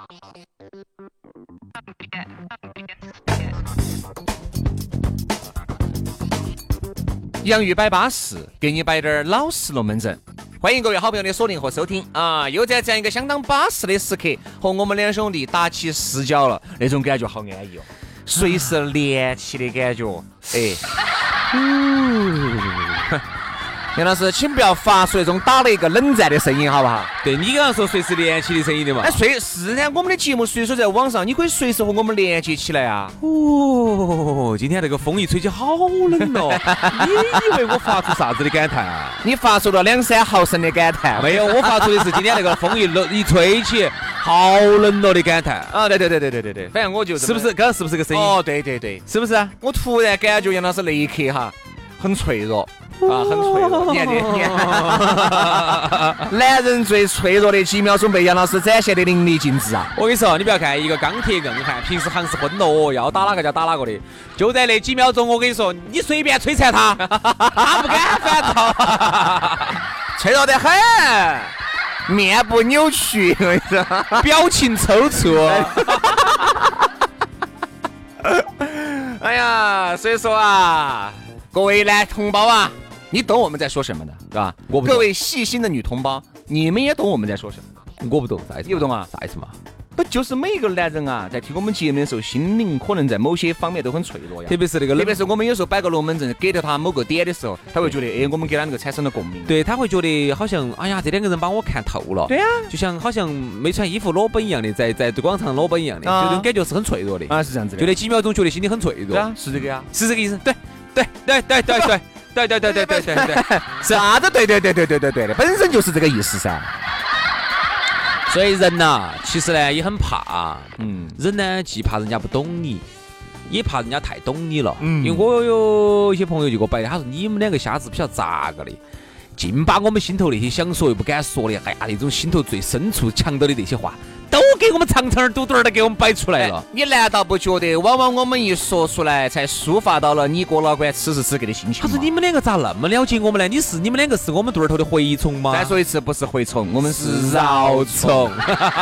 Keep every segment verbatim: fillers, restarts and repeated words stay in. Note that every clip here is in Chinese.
洋芋摆巴适，给你摆点儿老实龙门阵。欢迎各位好朋友的锁定和收听啊！又在这样一个相当巴适的时刻，和我们两兄弟打起视角了，那种感觉好安逸哦，随时连起的感觉。哎，嗯，杨老师，请不要发出那种打了一个冷战的声音，好不好？ 对，你刚刚说随时连起的声音的嘛？ 哎，随是呢，我们的节目随时在网上，你可以随时和我们连接起来啊。 哦，今天这个风一吹起好冷哦，你以为我发出啥子的感叹啊？ 你发出了两三毫升的感叹， 没有，我发出的是今天那个风一一吹起好冷了的感叹啊！对对对对对对对，反正我就是不是刚刚是不是个声音？ 哦，对对对， 是不是？ 我突然感觉杨老师那一刻哈很脆弱。啊，很脆弱，你看这，你看，男人最脆弱的几秒钟被杨老师展现的淋漓尽致啊！ 我跟你说，你不要看一个钢铁硬汉，平时行是荤哦，要打哪个就打哪个的，就在那几秒钟，我跟你说，你随便摧残他，他不敢反抗， 脆弱得很，面部扭曲，我跟你说， 表情抽搐。 哎呀，所以说啊，各位呢同胞啊。你懂我们在说什么的，是吧？ 我不懂。 各位细心的女同胞，你们也懂我们在说什么？ 我不懂，啥意思？ 你不懂啊？ 啥意思嘛？ 不就是每一个男人啊，在听我们节目的时候，心灵可能在某些方面都很脆弱呀。 特别是那个， 特别是我们有时候摆个龙门阵，给到他某个点的时候，他会觉得，哎，我们给他那个产生了共鸣。 对，他会觉得好像，哎呀，这两个人把我看透了。 对呀、啊， 就像好像没穿衣服裸奔一样的，在在广场裸奔一样的，啊、这种感觉是很脆弱的啊，是这样子的。 就那几秒钟觉得心里很脆弱。 对啊，是这个呀， 是这个意思。对，对，对，对，对，对。对对对对对对对， 啥子对对对对对对对的，本身就是这个意思噻。 所以人呐、啊，其实呢也很怕， 嗯， 人呢既怕人家不懂你，也怕人家太懂你了。 嗯， 因为我有一些朋友就给我摆的，他说你们两个瞎子不晓得咋个的，尽把我们心头那些想说又不敢说的，哎呀那种心头最深处藏到的那些话。都给我们长长嘟嘟的给我们摆出来了、哎， 你难道不觉得往往我们一说出来才抒发到了你郭老倌此时此刻的心情吗？ 他说你们两个咋那么了解我们呢？你是你们两个是我们肚儿头的蛔虫吗？ 再说一次，不是蛔虫，我们是蛲虫。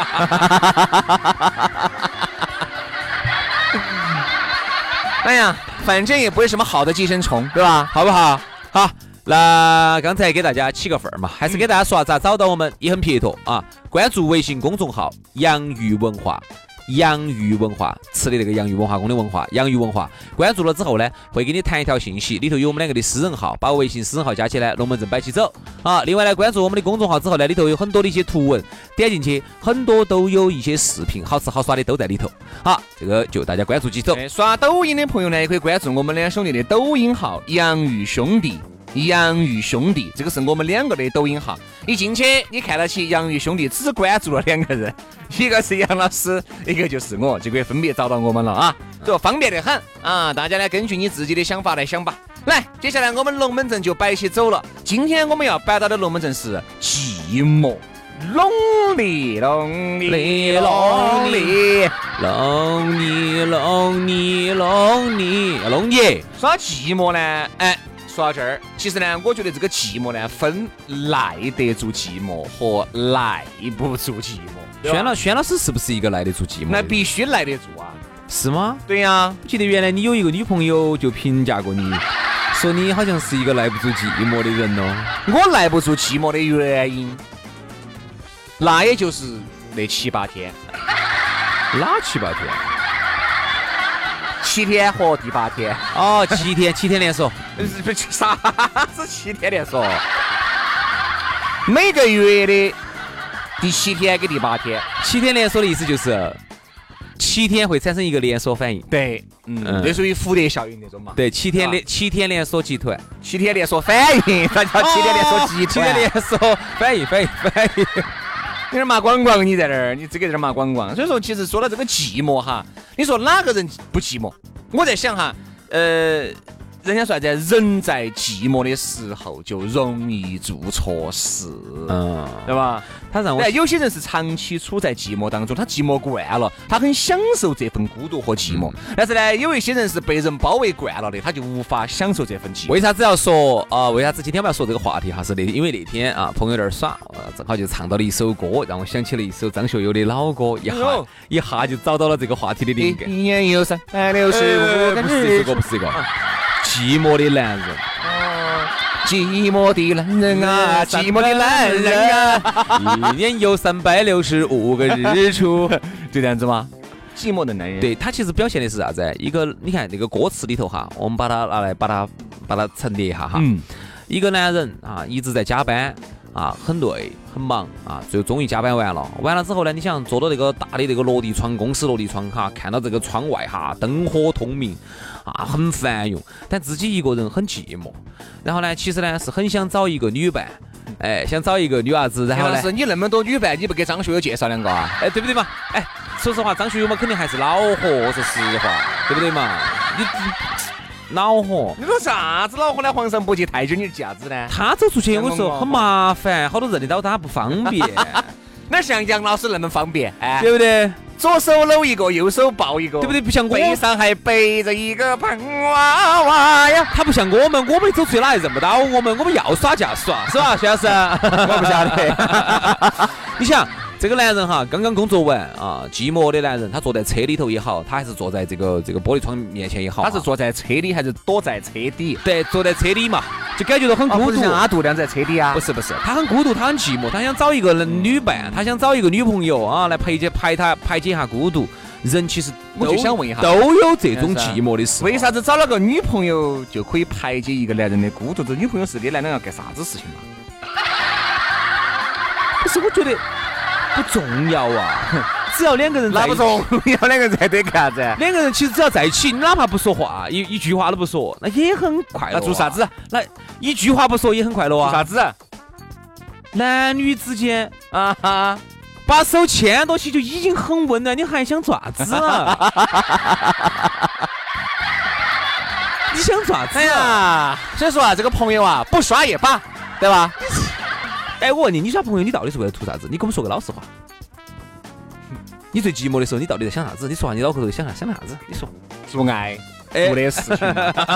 哎呀，反正也不是什么好的寄生虫，对吧？ 好不好？好。那刚才给大家起个份儿嘛，还是给大家说咋找到我们也很撇脱啊！关注微信公众号洋芋文化，洋芋文化吃的那个洋芋文化宫的文化，洋芋文化关注了之后呢，会给你弹一条信息，里头有我们两个的私人号，把微信私人号加起来，龙门阵摆起走啊！另外呢，关注我们的公众号之后呢，里头有很多的一些图文，点进去很多都有一些视频，好吃好耍的都在里头。好，这个就大家关注起走。 刷抖音的朋友呢，也可以关注我们两兄弟的抖音号洋芋兄弟。洋芋兄弟，这个是我们两个的抖音号。一进去，你看得起洋芋兄弟，只关注了两个人，一个是杨老师，一个就是我，就可以分别找到我们了啊，这方便得很啊！大家呢，根据你自己的想法来想吧。来，接下来我们龙门阵就摆起走了。今天我们要摆到的龙门阵是寂寞。lonely lonely lonely lonely lonely lonely lonely， 说寂寞呢，哎。说到这儿，其实呢，我觉得这个寂寞呢，分耐得住寂寞和耐不住寂寞。 轩老轩老师是不是一个耐得住寂寞？ 那必须耐得住啊！ 是吗？ 对呀、啊。 我记得原来你有一个女朋友就评价过你，说你好像是一个耐不住寂寞的人哦。 我耐不住寂寞的原因，那也就是那七八天。 哪七八天？ 七天和第八天哦，七天七天连锁， 啥子七天连锁？每个月的第七天跟第八天， 七天连锁的意思就是七天会产生一个连锁反应。 对，嗯，这属于蝴蝶效应那种嘛。 对，七天连七天连锁集团， 七天连锁反应，啥叫七天连锁集团？ 七天连锁反应反应反应。 你这骂光光，你在这儿，你这个在这骂光光。所以说，其实说到这个寂寞哈，你说哪个人不寂寞？我在想哈，呃， 人家说在人在寂寞的时候就容易做错事，嗯，对吧？ 他让我， 但有些人是长期处在寂寞当中，他寂寞惯了，他很享受这份孤独和寂寞。嗯、但是呢，有一些人是被人包围惯了的，他就无法享受这份寂寞。 为啥子要说啊、呃？为啥子今天我们要说这个话题哈？是那因为那天啊，朋友在那儿耍，正好就唱到了一首歌，让我想起了一首张学友的老歌，一下、哦、一下就找到了这个话题的灵感。 一年有三百六十五个日， 不是这个，不是这个。寂寞的男人， 哦、寂寞的男人啊，寂寞的男人啊， 一年有三百六十五个日出， 就这样子吗？寂寞的男人， 对他其实表现的是啥子？一个你看那个歌词里头哈，我们把它拿来把它把它陈列一下哈。嗯，一个男人啊，一直在加班啊，很累很忙啊，最后终于加班完了，完了之后呢，你想坐到那个大的那个落地窗，公司落地窗哈，看到这个窗外哈，灯火通明。啊，很繁荣，但自己一个人很寂寞。然后呢，其实呢是很想找一个女伴，哎，想找一个女伢子。然后呢， 是你那么多女伴，你不给张学友介绍两个啊？ 哎，对不对嘛？哎，说实话，张学友嘛，肯定还是恼火，说实话，对不对嘛？你恼火？ 你说啥子恼火呢？皇上不接太君，你是啥子呢？ 他走出去，我说很麻烦，好多认得到他不方便。 哪像杨老师那么方便？哎， 对不对？ 左手搂一个，右手抱一个， 对不对？不像我背上还背着一个胖娃娃呀。 他不像我们，我们走出去哪也认不到我们，我们要耍就要耍，是吧，徐老师？ 我不晓得。 你想这个男人哈，刚刚工作完啊，寂寞的男人，他坐在车里头也好，他还是坐在这个这个玻璃窗面前也好， 他是坐在车里还是躲在车底？ 对，坐在车里嘛，就感觉到很孤独。 哦、不是像阿杜那样在车底啊？ 不是不是，他很孤独，他很寂寞，他想找一个女伴，他想找一个女朋友啊，来陪解排他排解一下孤独。人其实我就想问一下， 都有这种寂寞的时候。 为啥子找了个女朋友就可以排解一个男人的孤独？这女朋友是给男人要干啥子事情嘛？ 可是我觉得不重要啊，只要两个人在一起， 那不重要，两个人在对干啥子？ 两个人其实只要在一起，哪怕不说话，一一句话都不说，那也很快乐、啊。 那做啥子？ 那一句话不说也很快乐啊。 做啥子？ 男女之间啊哈。 把手牵到起就已经很温了，你还想做啥子啊？你想做啥子啊？所以说啊，这个朋友啊，不耍也罢，对吧？ 哎，我问你，你耍朋友，你到底是为了图啥子？你跟我们说个老实话。你最寂寞的时候，你到底在想啥子？你说话，你脑壳头想啥想啥子？你说， 做爱做的事情。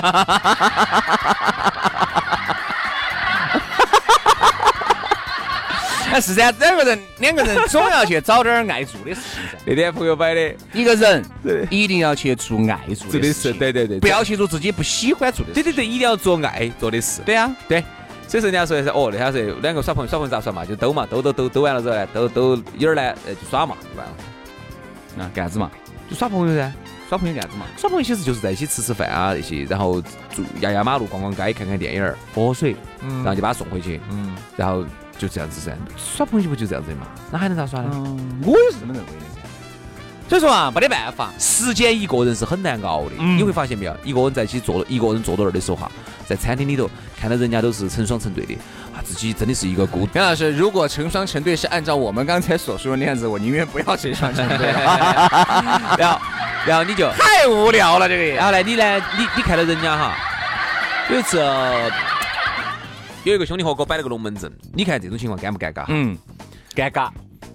那是噻，两个人两个人总要去找点爱做的事情噻。 那天朋友摆的， 一个人一定要去做爱做的事， 对对对， 不要去做自己不喜欢做的事。 对对对，一定要做爱做的事。 对啊， 对。所以说人家说的是哦，那下是两个耍朋友，耍朋友咋耍嘛？就兜嘛，兜兜兜兜完了之后呢，兜兜一会儿呢，呃，就耍嘛，就完了。 那干啥子嘛？ 就耍朋友噻。 耍朋友干啥子嘛？ 耍朋友其实就是在一起吃吃饭啊那些，然后住压压马路、逛逛街、看看电影、喝喝水，嗯，然后就把他送回去，嗯，然后。就这样子噻，耍朋友不就这样子嘛？那还能咋耍呢？ 嗯、我也是这么认为的噻。所以说啊，没得办法， 时间一个人是很难熬的。嗯、你会发现没有，一个人在一起坐，一个人坐到那儿的时候哈，在餐厅里头看到人家都是成双成对的，啊，自己真的是一个孤独。 杨老师，如果成双成对是按照我们刚才所说的那样子，我宁愿不要成双成对。 然后，然后你就太无聊了这个也。 然后呢，你呢，你你看到人家哈，有一次。有一个兄弟伙给我摆了个龙门阵，你看这种情况尴不尴尬？ 嗯，尴尬。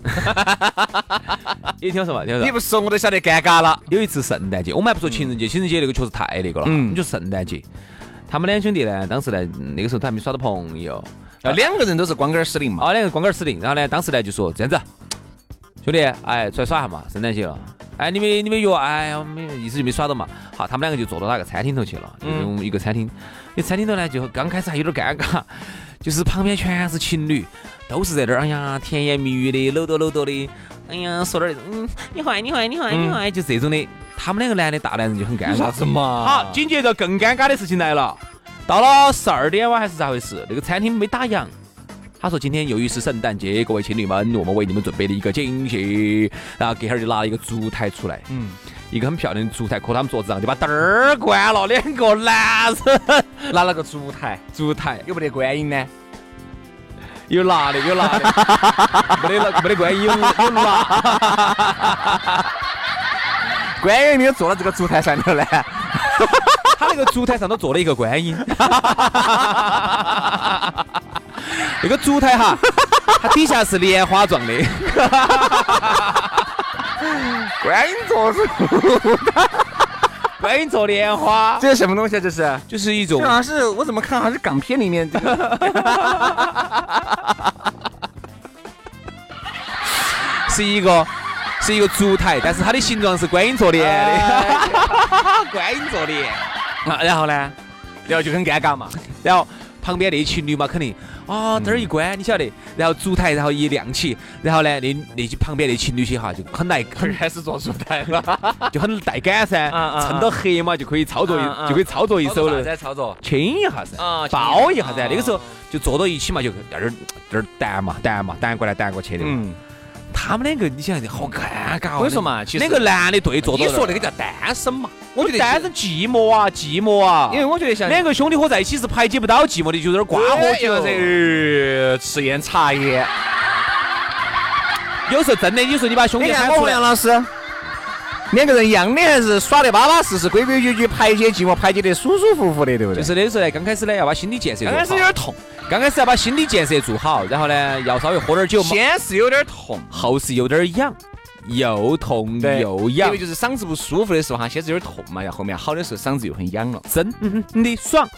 你听我说嘛，听我说。 你不说我都晓得尴尬了。 有一次圣诞节，我们还不说情人节，情人节那个确实太那个了。嗯，你就圣诞节，他们两兄弟呢，当时呢，那个时候他还没耍到朋友， 啊，两个人都是光杆司令嘛。 哦，两个光杆司令，然后呢，当时呢就说这样子，兄弟，哎，出来耍下嘛，圣诞节了。哎，你们你们约，哎呀，没意思就没耍到嘛。好，他们两个就坐到那个餐厅头去了，就是一个餐厅。那餐厅头呢，就刚开始还有点尴尬，就是旁边全是情侣，都是在这儿，哎呀，甜言蜜语的，搂兜搂兜的，哎呀，说点嗯，你坏你坏你坏你坏，就这种的。他们两个男的大男人就很尴尬。 啥子嘛？ 好，紧接着更尴尬的事情来了，到了十二点晚还是咋回事？那个餐厅没打烊。他说今天由于是圣诞节，各位情侣们，我们为你们准备了一个惊喜。然后给儿就拿了一个烛台出来，嗯，一个很漂亮的烛台，搁他们桌子上就把灯儿关了，两个男人拿了个烛台， 烛台有没得观音呢？ 有拿的，有拿的，没得没得观音，有有拿。 观音没有坐到这个烛台上头呢。 他那个烛台上头坐了一个观音，那个烛台哈，它底下是莲花状的， 观音坐是观音坐莲花， 这是什么东西啊？这是就是一种这好像是我怎么看好像是港片里面这个是一个是一个烛台，但是它的形状是观音坐莲的，观音坐莲。 啊，然后呢，然后就很尴尬嘛。 然后旁边那情侣嘛，肯定啊灯儿一关，你晓得，然后烛台然后一亮起，然后呢，那那旁边那情侣些哈就很来很开始做烛台了， 就很带感噻，趁到黑嘛就可以操作就可以操作一手了， 在操作亲一下噻，啊抱一下噻，那个时候就坐到一起嘛，就在这儿这儿弹嘛弹嘛弹过来弹过去的。嗯。他们两个，你想好尴尬。 我跟你说嘛，其实那个男的对坐到， 你说那个叫单身嘛？我觉得单身寂寞啊，寂寞啊。 因为我觉得像两个兄弟伙在一起是排解不到寂寞的，就有点瓜喝酒、 吃烟、茶叶。 有时候真的，有时候你把兄弟喊出来， 杨老师，两个人一样的还是耍得巴巴适适、规规矩矩，排解寂寞，排解得舒舒服服的，对不对？ 就是那时候呢，刚开始呢要把心理建设做好。 刚开始有点痛。 刚开始要把心理建设做好，然后呢，要稍微喝点酒。 先是有点痛， 后是有点痒，又痛又痒。 因为就是嗓子不舒服的时候哈，先是有点痛嘛，然后后面好的时候嗓子又很痒了。 真的爽，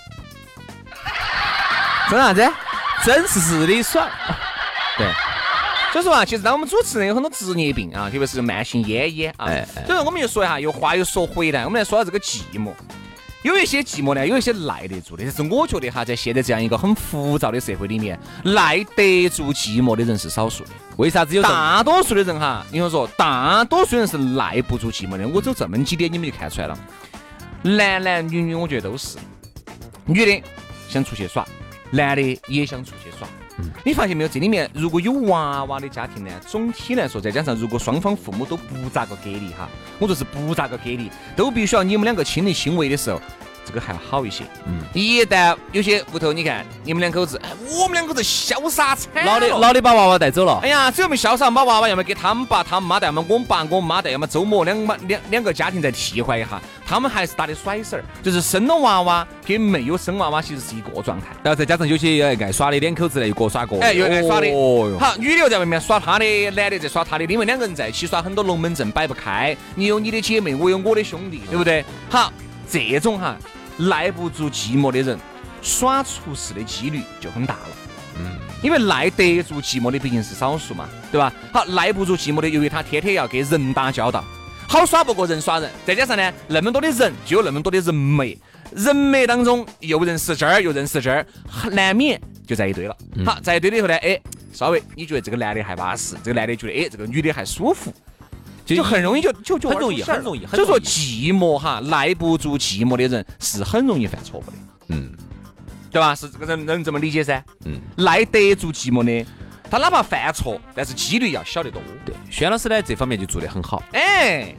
真啥子？ 真是是的爽。 对。所以说啊，其实当我们主持人有很多职业病啊，特别是慢性咽炎啊。哎哎所以说我们就说一下，又话又说回来，我们来说到这个寂寞。有一些寂寞呢，有一些耐得住的，但是我觉得哈，在现在这样一个很浮躁的社会里面，耐得住寂寞的人是少数的。 为啥子有？ 大多数的人哈，你说说，大多数人是耐不住寂寞的。我走这么几点，你们就看出来了。男男女女，我觉得都是。女的想出去耍，男的也想出去耍。嗯、你发现没有？这里面如果有娃娃的家庭呢，总体来说，再加上如果双方父母都不咋个给力哈，我说是不咋个给力，都必须要你们两个亲力亲为的时候，这个还要好一些。嗯，一旦有些屋头，你看你们两口子，哎，我们两口子潇洒惨了， 老的老的把娃娃带走了。 哎呀，只有我们潇洒把娃娃，要么给他们爸他们妈带，要么我们爸我们妈带，要么周末两妈两两个家庭再替换一下。他们还是打的甩手儿，就是生了娃娃跟没有生娃娃其实是一个状态。 然后再加上有些爱耍的两口子呢，又各耍各的， 哎，又爱耍的。哦、好，女的又在外面耍她的，男的在耍他的，因为两个人在一起耍，很多龙门阵摆不开。你有你的姐妹，我有我的兄弟，对不对？好，这种哈耐不住寂寞的人，耍出事的几率就很大了。嗯，因为耐得住寂寞的毕竟是少数嘛，对吧？好，耐不住寂寞的，由于他天天要跟人打交道。好耍不过人耍人，再加上呢，那么多的人就有那么多的人脉，人脉当中又认识这儿又认识这儿，难免就在一堆了。嗯、好，在一堆了以后呢，哎，稍微你觉得这个男的还巴适，这个男的觉得哎，这个女的还舒服，就, 就很容易就就就很容易很容易。 所以说寂寞哈，耐不住寂寞的人是很容易犯错误的。嗯，对吧？是这个人能这么理解噻？嗯，耐得住寂寞的。他哪怕犯错，但是几率要小得多。 对，轩老师呢这方面就做得很好。 哎，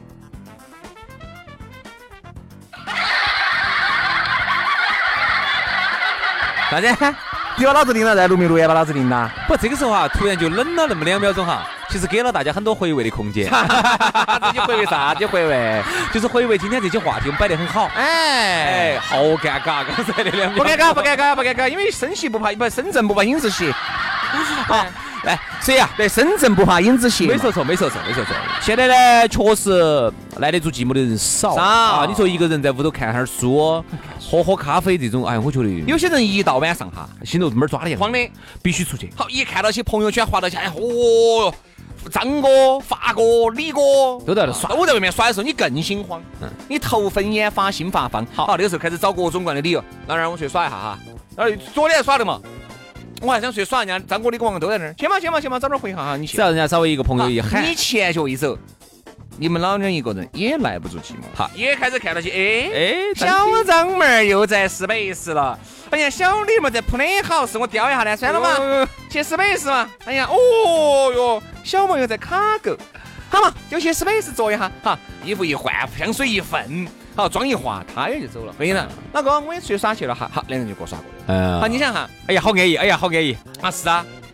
啥子？你把老子领了，在录没录也把老子领了？ 不，这个时候哈，突然就冷了那么两秒钟哈，其实给了大家很多回味的空间。 这些回味啥？这回味就是回味今天这些话题，我们摆得很好。 哎哎，好尴尬，刚才那两秒。 不尴尬，不尴尬，不尴尬，因为生气不怕，不身正不怕影子斜。 好，来，谁呀？ 对，身正不怕影子斜。 没说错，没说错，没说错。现在呢，确实耐得住寂寞的人少啊。你说一个人在屋头看下书，喝喝咖啡这种，哎，我觉得有些人一到晚上哈， 心头门抓的样， 慌的， 必须出去。 好，一看到些朋友圈滑到起，哎，哦，张哥、发哥、李哥都在那耍， 都在外面耍的时候，你更心慌。嗯，你头昏眼花，心发慌。好，那个时候开始找各种各样的理由，让让我去耍一下哈。然后昨天还耍的嘛。我还想去耍，人家张哥、李哥、王都在那儿。去嘛去嘛去嘛，早点回哈哈。你去。 只要人家稍微一个朋友一喊， 你前脚一走，你们老娘一个人也耐不住寂寞。好，也开始看到起，哎哎，小张妹儿又在四百一十了。哎呀，小李们在铺的好，是我叼一下呢，算了嘛，去四百一十嘛。哎呀，哦哟，小妹又在卡够，好嘛，就去四百一十坐一下，哈，衣服一换，香水一份。好，妆一化，他也就走了。回去了，老哥，我也出去耍去了哈。好，两人就各耍各的。嗯。好，你想哈， 哎呀，好安逸，哎呀，好安逸啊！是啊，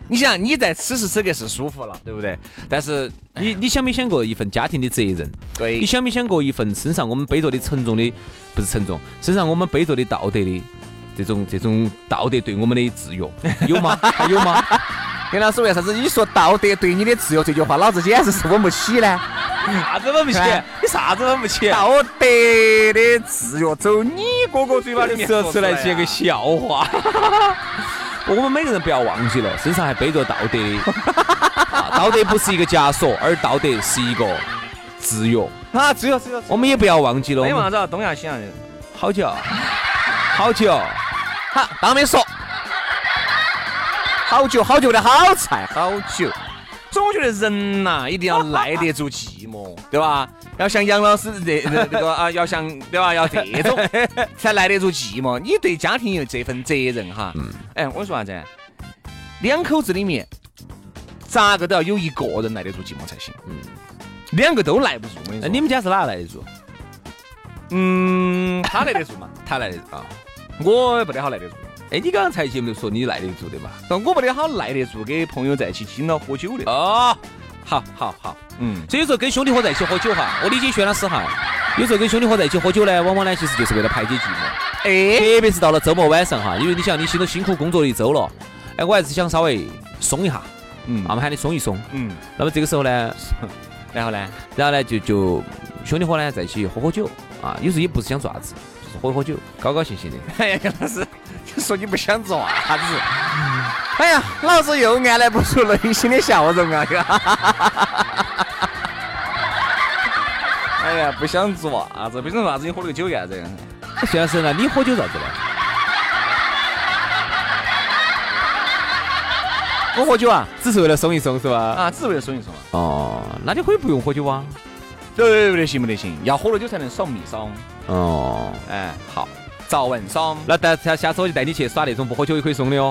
你想你在此时此刻是舒服了，对不对？但是你你想没想过一份家庭的责任？ 对， 你想没想过一份身上我们背着的沉重的，不是沉重，身上我们背着的道德的这种这种道德对我们的制约有吗？还有吗？ 跟老师为啥子你说道德对你的自由这句话，老子简直是稳不起呢？ 啥子稳不起？你啥子稳不起？ 道德的自由走你哥哥嘴巴里面说出来是个笑话。我们每个人不要忘记了，身上还背着道德的、啊。道德不是一个枷锁，而道德是一个自由啊！自由自由。 我们也不要忘记了。 没忘记东亚西洋人， 好久，好久。 好，当面说。好久好久的好菜，好久。所以我觉得人呐、啊，一定要耐得住寂寞，对吧？要像杨老师这这个啊，要像对吧？要这种才耐得住寂寞。你对家庭有这份责任哈。嗯。哎，我说啥子？两口子里面，咋个都要有一个人耐得住寂寞才行。嗯。两个都耐不住，我跟你说。 你们家是哪耐得住？ 嗯，他耐得住嘛？ 他耐得住啊。 我不得好耐得住。 哎，你刚刚才节目说你耐得住对吧？ 我不得好耐得住跟朋友在一起经常喝酒的。 哦，好好好，嗯，所以说跟兄弟伙在一起喝酒哈，我理解薛老师哈，有时候跟兄弟伙在一起喝酒呢，往往呢其实就是为了排解寂寞。哎，特别是到了周末晚上哈，因为你想你辛苦辛苦工作了一周了，哎，我还是想稍微松一下，嗯，我们喊你松一松，嗯，那么这个时候呢， 然后呢， 然后呢就就兄弟伙呢在一起喝喝酒啊，有时候也不是想做啥子。喝喝酒，高高兴兴的。 哎呀，老师，你说你不想做啥子？哎呀，老子又按捺不住内心的笑容啊！哎呀，不想做啥子，不想做啥子，你喝那个酒干啥子？ 薛老师呢？你喝酒咋子呢？ 我喝酒啊， 只是为了松一松是吧？ 啊，只是为了松一松啊。 哦，那你可以不用喝酒啊？ 对不对？行不得行？要喝了酒才能爽密爽。 哦， 哎，好，早晚爽。 那但下下次我就带你去耍那种不喝酒也可以松的哦。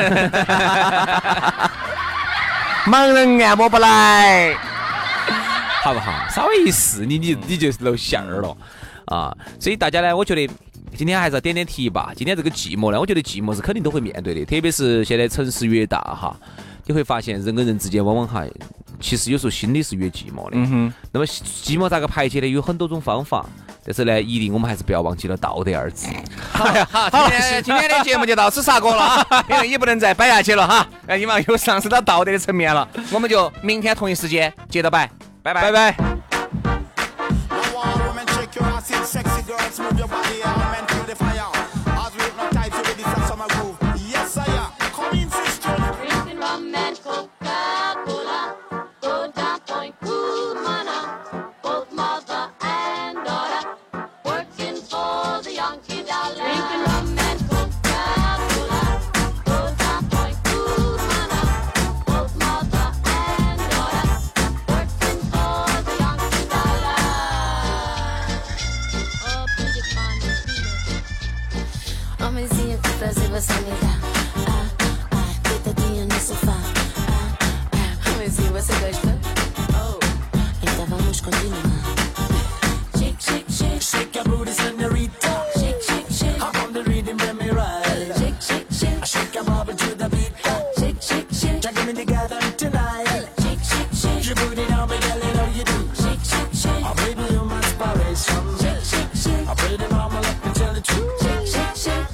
盲人按摩不来， 好不好？稍微一试，你你你就露馅儿了啊！所以大家呢，我觉得今天还是要点点题吧。今天这个寂寞呢，我觉得寂寞是肯定都会面对的，特别是现在城市越大哈，你会发现人跟人之间往往还其实有时候心里是越寂寞的。嗯哼。那么寂寞咋个排解呢？有很多种方法。但是呢，一定我们还是不要忘记了道德二字。 好呀，好，今天今天的节目就到此煞过了啊，因为也不能再摆下去了哈，因为又上升到道德的层面了。我们就明天同一时间接着摆，拜拜拜拜。 Você me dá, ah, ah, deitadinha no sofá, ah, ah, mas se você gosta, oh, então vamos continuar. Shake, shake, shake, shake your booty, señorita. Shake, shake, shake, I'm on the rhythm, let me ride. Shake, shake, shake, I shake your body to the beat. Shake, shake, shake, dragging me together tonight. Shake, shake, shake, your booty now, baby, girl, you know you do. Shake, shake, shake, oh baby, you're my inspiration. Shake, shake, shake, I pray the mama let me tell the truth. Shake, shake, shake.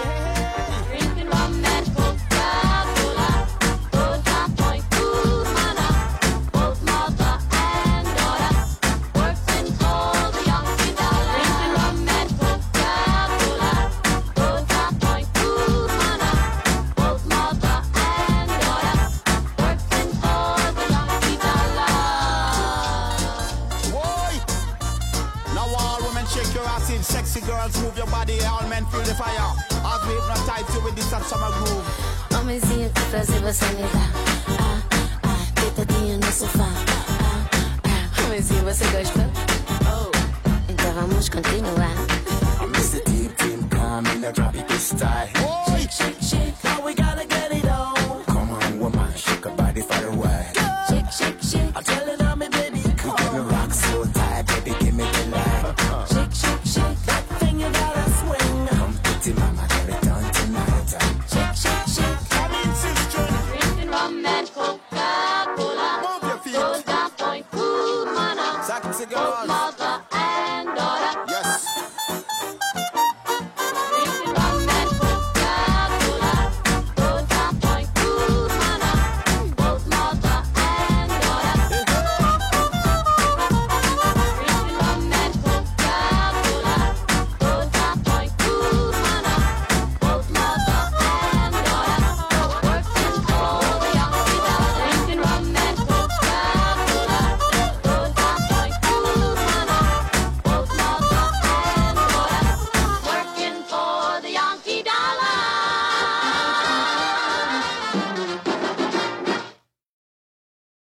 Sexy girls, move your body, all men feel the fire. As we hypnotize you with this summer groove. Homenzinho, que prazer você me dá. Ah, ah, deitadinha no sofá. Ah, ah, homenzinho, você gosta? Oh, então vamos continuar. I'm Mister Deep Team, come in a tropical style. Shake, shake, shake, now we gotta get it on. Come on, woman, shake your body far away. Shake, shake, shake, I'm telling on me, baby, come on. We rock so tight, baby, give me the light. Shake, shake, shake, that thing you gotta swing. Come pretty mama, get it done tonight. Shake, shake, shake, come in, sister. drinking rum. Sexy girls.